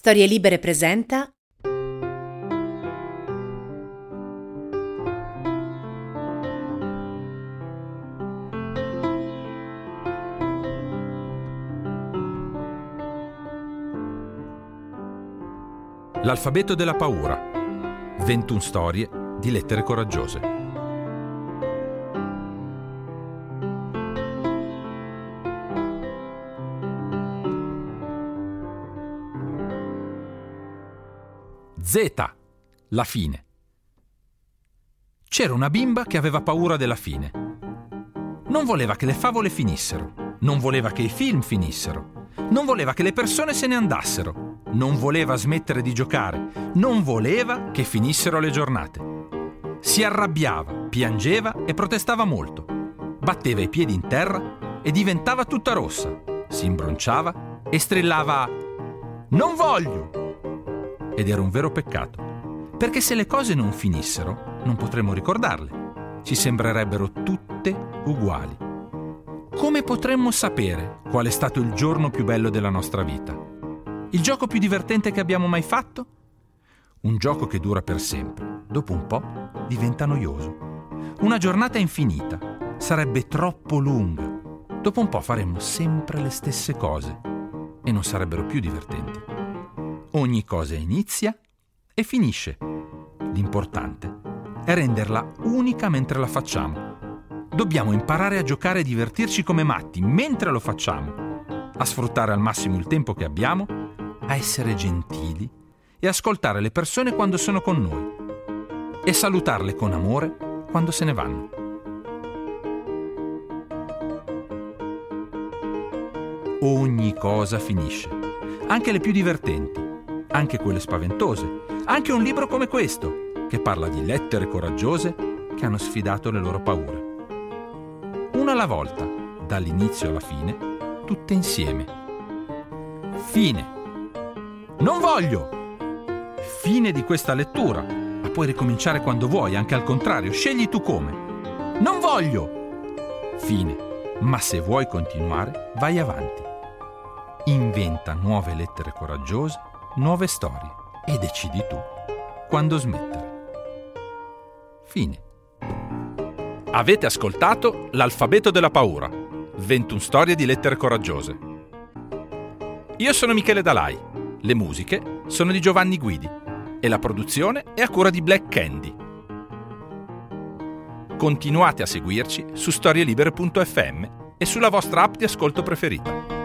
Storie Libere presenta L'alfabeto della paura. 21 storie di lettere coraggiose. Z. La fine. C'era una bimba che aveva paura della fine. Non voleva che le favole finissero, non voleva che i film finissero, non voleva che le persone se ne andassero, non voleva smettere di giocare, non voleva che finissero le giornate. Si arrabbiava, piangeva e protestava molto. Batteva i piedi in terra e diventava tutta rossa. Si imbronciava e strillava «Non voglio!» Ed era un vero peccato, perché se le cose non finissero non potremmo ricordarle. Ci sembrerebbero tutte uguali. Come potremmo sapere qual è stato il giorno più bello della nostra vita? Il gioco più divertente che abbiamo mai fatto? Un gioco che dura per sempre. Dopo un po' diventa noioso. Una giornata infinita. Sarebbe troppo lunga. Dopo un po' faremmo sempre le stesse cose e non sarebbero più divertenti. Ogni cosa inizia e finisce. L'importante è renderla unica mentre la facciamo. Dobbiamo imparare a giocare e divertirci come matti mentre lo facciamo, a sfruttare al massimo il tempo che abbiamo, a essere gentili e ascoltare le persone quando sono con noi e salutarle con amore quando se ne vanno. Ogni cosa finisce, anche le più divertenti, anche quelle spaventose, anche un libro come questo, che parla di lettere coraggiose che hanno sfidato le loro paure. Una alla volta, dall'inizio alla fine, tutte insieme. Fine. Non voglio! Fine di questa lettura, ma puoi ricominciare quando vuoi, anche al contrario, scegli tu come. Non voglio! Fine. Ma se vuoi continuare, vai avanti. Inventa nuove lettere coraggiose, nuove storie e decidi tu quando smettere. Fine. Avete ascoltato L'alfabeto della paura, 21 storie di lettere coraggiose. Io sono Michele Dalai, le musiche sono di Giovanni Guidi e la produzione è a cura di Black Candy. Continuate a seguirci su storielibere.fm e sulla vostra app di ascolto preferita.